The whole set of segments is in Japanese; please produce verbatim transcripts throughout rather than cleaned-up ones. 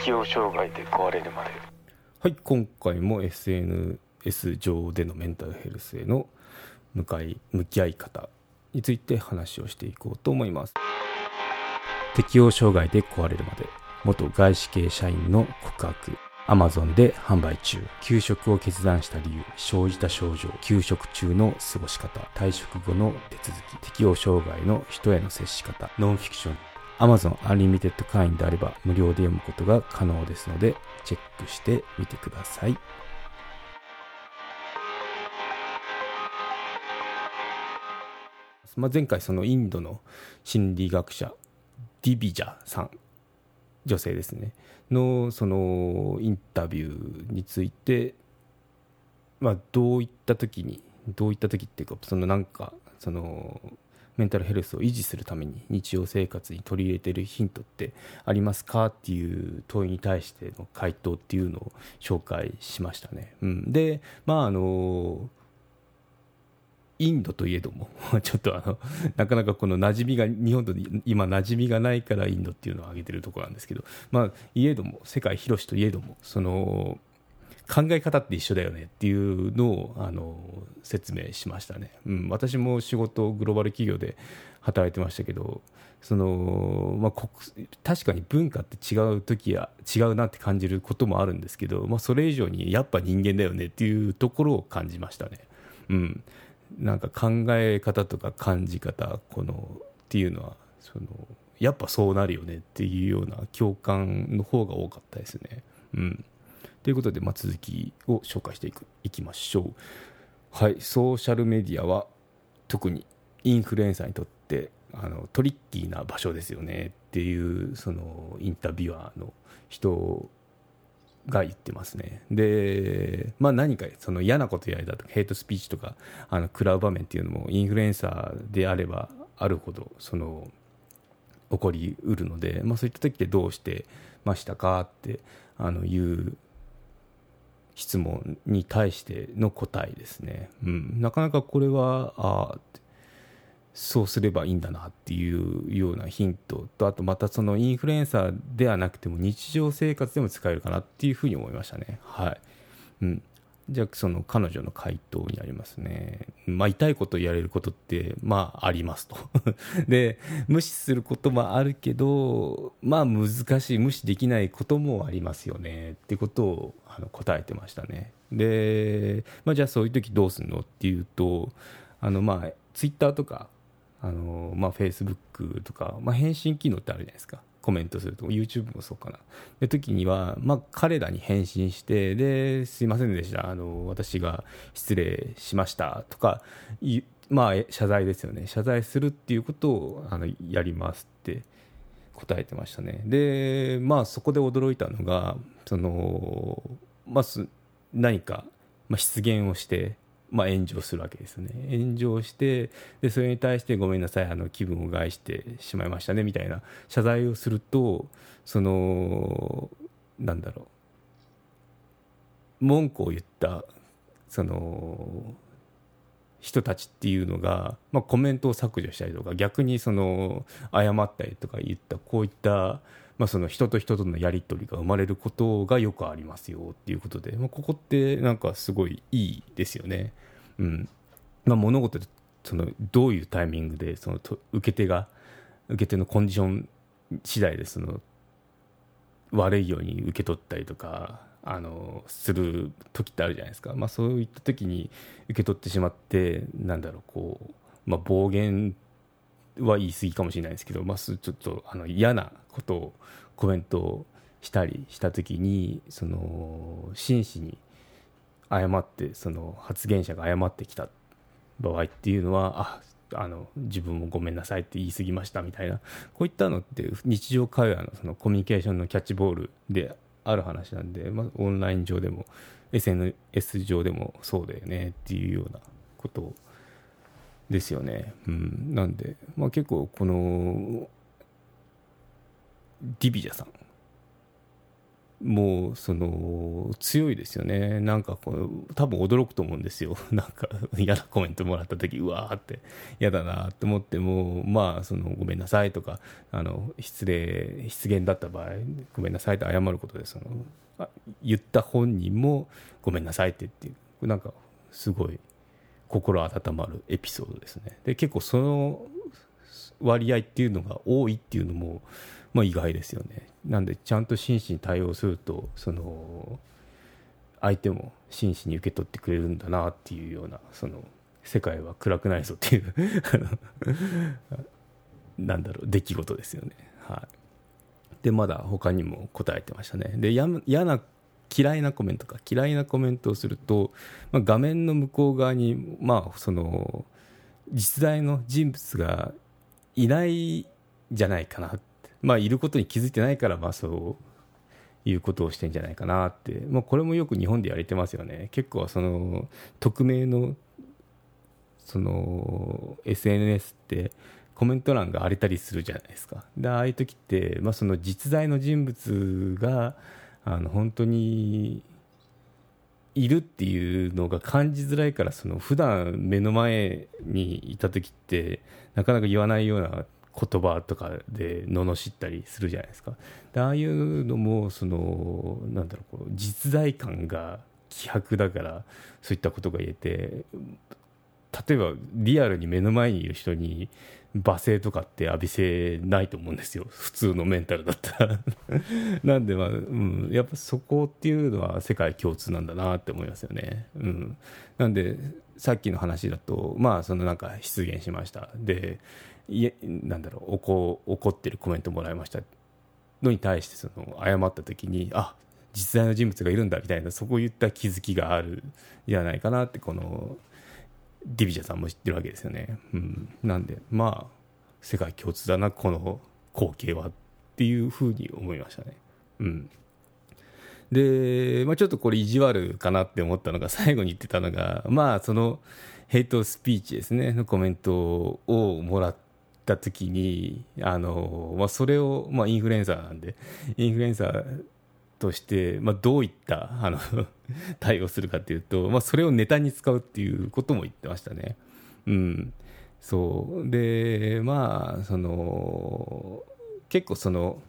適応障害で壊れるまで。 はい、今回も エスエヌエス 上でのメンタルヘルスへの向かい向き合い方について話をしていこうと思います。適応障害で壊れるまで、元外資系社員の告白。Amazon で販売中。休職を決断した理由、生じた症状、休職中の過ごし方、退職後の手続き、適応障害の人への接し方、ノンフィクション。Amazon Unlimited 会員であれば無料で読むことが可能ですので、チェックしてみてください。まあ、前回そのインドの心理学者ディビジャさん、女性ですねのそのインタビューについて、まあ、どういった時にどういった時っていうか、そのなんかそのメンタルヘルスを維持するために日常生活に取り入れているヒントってありますかっていう問いに対しての回答っていうのを紹介しましたね。うん、でまああのインドといえどもちょっとあのなかなかこの馴染みが日本と今馴染みがないからインドっていうのを挙げてるところなんですけど、まあいえども世界広しといえどもその考え方って一緒だよねっていうのをあの説明しましたね。うん、私も仕事グローバル企業で働いてましたけど、その、まあ、国確かに文化って違う時や違うなって感じることもあるんですけど、まあ、それ以上にやっぱ人間だよねっていうところを感じましたね。うん、なんか考え方とか感じ方このっていうのはそのやっぱそうなるよねっていうような共感の方が多かったですね。うん、ということで、まあ、続きを紹介していくいきましょう。はい、ソーシャルメディアは特にインフルエンサーにとってあのトリッキーな場所ですよねっていうそのインタビュアーの人が言ってますね。で、まあ、何かその嫌なことやりだとかヘイトスピーチとかあの食らう場面っていうのもインフルエンサーであればあるほどその起こりうるので、まあ、そういった時ってどうしてましたかってあのいう質問に対しての答えですね。うん、なかなかこれはあそうすればいいんだなっていうようなヒントと、あとまたそのインフルエンサーではなくても日常生活でも使えるかなっていうふうに思いましたね。はい。うん。じゃあその彼女の回答になりますね。まあ痛いこと言われることってまあありますとで無視することもあるけど、まあ難しい無視できないこともありますよねってことをあの答えてましたね。で、まあ、じゃあそういう時どうするのっていうと、あのまあツイッターとかあのまあ、Facebook とか、まあ、返信機能ってあるじゃないですか。コメントすると YouTube もそうかな。で時には、まあ、彼らに返信してですいませんでしたあの私が失礼しましたとかい、まあ、謝罪ですよね。謝罪するっていうことをあのやりますって答えてましたね。で、まあ、そこで驚いたのがその、まあ、何か、まあ、失言をしてまあ、炎上するわけですね。炎上してでそれに対してごめんなさいあの気分を害してしまいましたねみたいな謝罪をすると、そのなんだろう文句を言ったその人たちっていうのが、まあ、コメントを削除したりとか逆にその謝ったりとか言ったこういった、まあ、その人と人とのやり取りが生まれることがよくありますよっていうことで、まあ、ここってなんかすごいいいですよね。うんまあ、物事でそのどういうタイミングでそのと受け手が受け手のコンディション次第でその悪いように受け取ったりとかあのする時ってあるじゃないですか。まあ、そういった時に受け取ってしまってなんだろうこう、まあ、暴言は言い過ぎかもしれないですけど、まあ、ちょっとあの嫌なことをコメントをしたりした時にその真摯に謝ってその発言者が謝ってきた場合っていうのはああの自分もごめんなさいって言い過ぎましたみたいなこういったのって日常会話のそのコミュニケーションのキャッチボールである話なんで、まあ、オンライン上でも エスエヌエス 上でもそうだよねっていうようなことですよね。うん、なんで、まあ、結構このディビジャさんもうその強いですよね。なんかこう多分驚くと思うんですよ。なんか嫌なコメントもらった時、うわーって嫌だなって思っても、まあそのごめんなさいとか、あの失礼失言だった場合ごめんなさいって謝ることで、そのあ言った本人もごめんなさいって言って、なんかすごい心温まるエピソードですね。で結構その割合っていうのが多いっていうのも、まあ、意外ですよね。なんでちゃんと真摯に対応すると、その相手も真摯に受け取ってくれるんだなっていうような、その世界は暗くないぞっていうなんだろう出来事ですよね。はい、でまだ他にも答えてましたね。でや嫌な嫌いなコメントか嫌いなコメントをすると、まあ、画面の向こう側に、まあ、その実在の人物がいないじゃないかなって、まあ、いることに気づいてないから、まあ、そういうことをしてんじゃないかなって、まあ、これもよく日本でやれてますよね。結構その匿名のその エスエヌエス ってコメント欄が荒れたりするじゃないですか。でああいう時って、まあ、その実在の人物があの本当にいるっていうのが感じづらいから、その普段目の前にいた時ってなかなか言わないような言葉とかで罵ったりするじゃないですか。でああいうのもそのなんだろう、こう実在感が希薄だからそういったことが言えて、例えばリアルに目の前にいる人に罵声とかって浴びせないと思うんですよ、普通のメンタルだったらなんで、まあうん、やっぱそこっていうのは世界共通なんだなって思いますよね。うん、なんでさっきの話だと、まあそのなんか失言しましたで、いえなんだろう怒怒ってるコメントもらいましたのに対して、その謝った時に、あ実在の人物がいるんだみたいな、そこを言った気づきがあるんじゃないかなって、このディビジャさんも知ってるわけですよね。うん、なんでまあ世界共通だなこの光景はっていうふうに思いましたね。うん、で、まあ、ちょっとこれ意地悪かなって思ったのが、最後に言ってたのが、まあそのヘイトスピーチですねのコメントをもらった時に、あの、まあ、それを、まあ、インフルエンサーなんでインフルエンサーとして、まあ、どういったあの対応するかというと、まあ、それをネタに使うっていうことも言ってましたね。うん、そうで、まあその結構その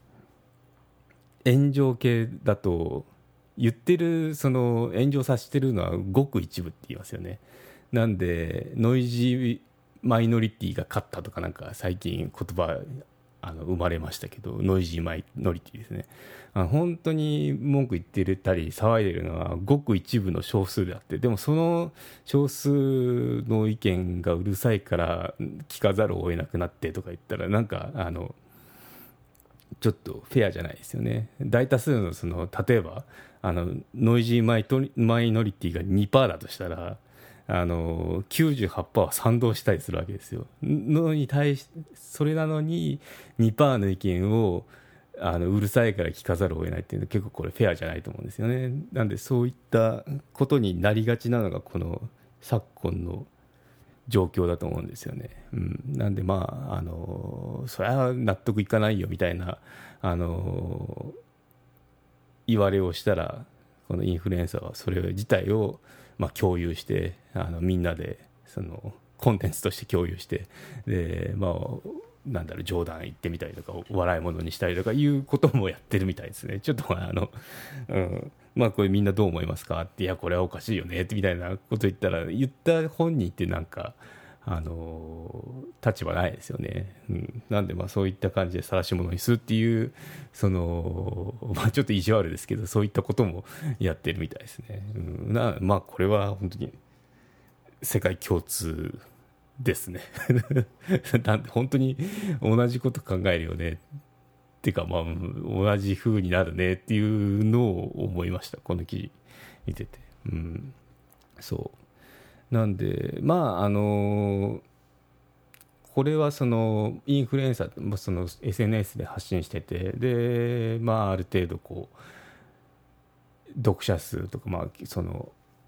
炎上系だと言ってる、その炎上させてるのはごく一部って言いますよね。なんでノイジーマイノリティが勝ったとか、なんか最近言葉あの生まれましたけど、ノイジーマイノリティですね。あ本当に文句言ってたり騒いでるのはごく一部の少数であって、でもその少数の意見がうるさいから聞かざるを得なくなってとか言ったら、なんかあのちょっとフェアじゃないですよね。大多数のその例えばあのノイジーマイトマイノリティが にパーセント だとしたら、あの きゅうじゅうはちパーセント は賛同したりするわけですよ。のに対しそれなのに にパーセント の意見をあのうるさいから聞かざるを得ないっていうのは結構これフェアじゃないと思うんですよね。なんでそういったことになりがちなのがこの昨今の状況だと思うんですよね。うん、なんでまああのそれは納得いかないよみたいなあの言われをしたら、このインフルエンサーはそれ自体をまあ共有して、あのみんなでそのコンテンツとして共有して、でまあなんだろう冗談言ってみたりとか笑い物にしたりとかいうこともやってるみたいですね。ちょっとあの、うん、まあこれみんなどう思いますかって、いやこれはおかしいよねってみたいなこと言ったら、言った本人ってなんかあの立場ないですよね。うん、なんでまあそういった感じで晒し者にするっていう、そのまあちょっと意地悪ですけど、そういったこともやってるみたいですね。うん、なまあこれは本当に世界共通ですねなんで本当に同じこと考えるよねっていうか、まあ同じ風になるねっていうのを思いました、この記事見てて。うん、そうなんでまああのこれはそのインフルエンサーもその エスエヌエス で発信してて、でまあある程度こう読者数とか、まあその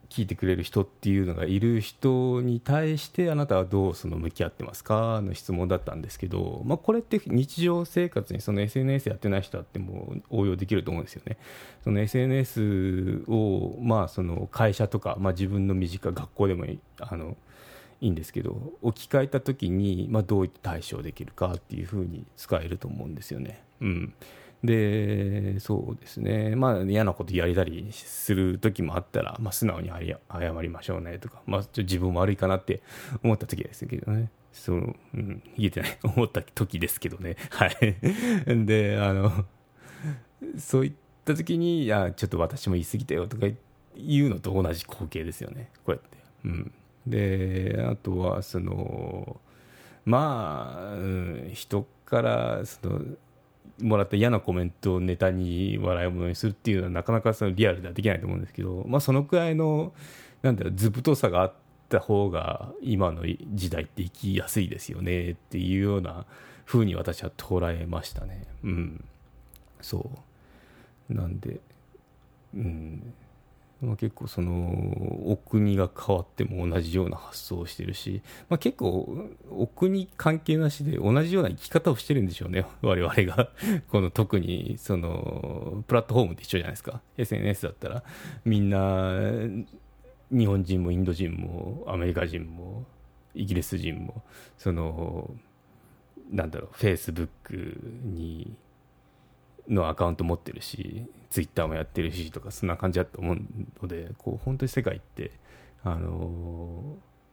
聞いてくれる人っていうのがいる人に対してあなたはどうその向き合ってますかの質問だったんですけど、まあ、これって日常生活にその エスエヌエス やってない人だってもう応用できると思うんですよね。その エスエヌエス を、まあ、その会社とか、まあ、自分の身近学校でもいい、あのいいんですけど置き換えた時に、まあ、どういった対処できるかっていうふうに使えると思うんですよね。うんでそうですね、まあ、嫌なことやりたりする時もあったら、まあ、素直に謝りましょうねとか、まあ、ちょっと自分も悪いかなって思った時ですけどね、そう、うん、言えてない思った時ですけどね、はいであのそういった時にいやちょっと私も言い過ぎたよとか言うのと同じ光景ですよね、こうやって。うん、であとはそのまあ、うん、人からそのもらった嫌なコメントをネタに笑い物にするっていうのはなかなかそのリアルではできないと思うんですけど、まあ、そのくらいのなんだろう図太さがあった方が今の時代って生きやすいですよねっていうような風に私は捉えましたね。うん、そうなんで、うんまあ、結構そのお国が変わっても同じような発想をしてるし、まあ、結構お国関係なしで同じような生き方をしてるんでしょうね、我々がこの特にそのプラットフォームって一緒じゃないですか。 エスエヌエス だったらみんな日本人もインド人もアメリカ人もイギリス人もそのなんだろうフェイスブックにのアカウント持ってるしツイッターもやってるしとかそんな感じだと思うので、こう本当に世界ってあの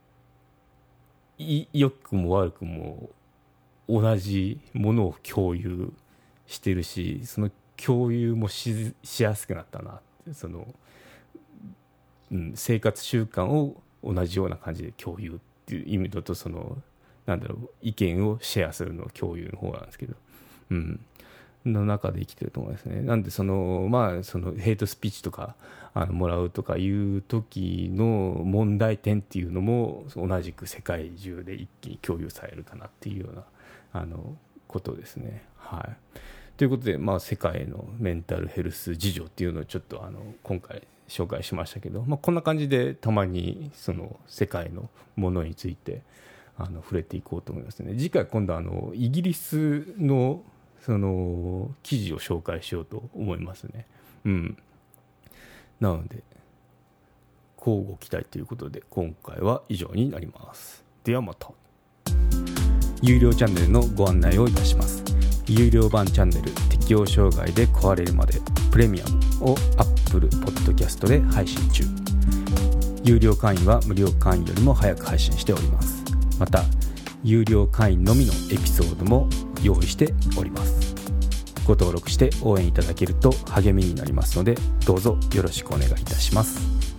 い良くも悪くも同じものを共有してるし、その共有も し, しやすくなったなってその、うん、生活習慣を同じような感じで共有っていう意味だとそのなんだろう意見をシェアするの共有の方なんですけど、うんの中で生きてると思いますね。なんでそのまあそのヘイトスピーチとかあのもらうとかいう時の問題点っていうのも同じく世界中で一気に共有されるかなっていうようなあのことですね。はい。ということでまあ世界のメンタルヘルス事情っていうのをちょっとあの今回紹介しましたけど、まあこんな感じでたまにその世界のものについてあの触れていこうと思いますね。次回今度あのイギリスのその記事を紹介しようと思いますね。うん。なので乞うご期待ということで今回は以上になります。ではまた。有料チャンネルのご案内をいたします。有料版チャンネル適応障害で壊れるまでプレミアムを Apple Podcast で配信中。有料会員は無料会員よりも早く配信しております。また有料会員のみのエピソードも用意しております。ご登録して応援いただけると励みになりますのでどうぞよろしくお願いいたします。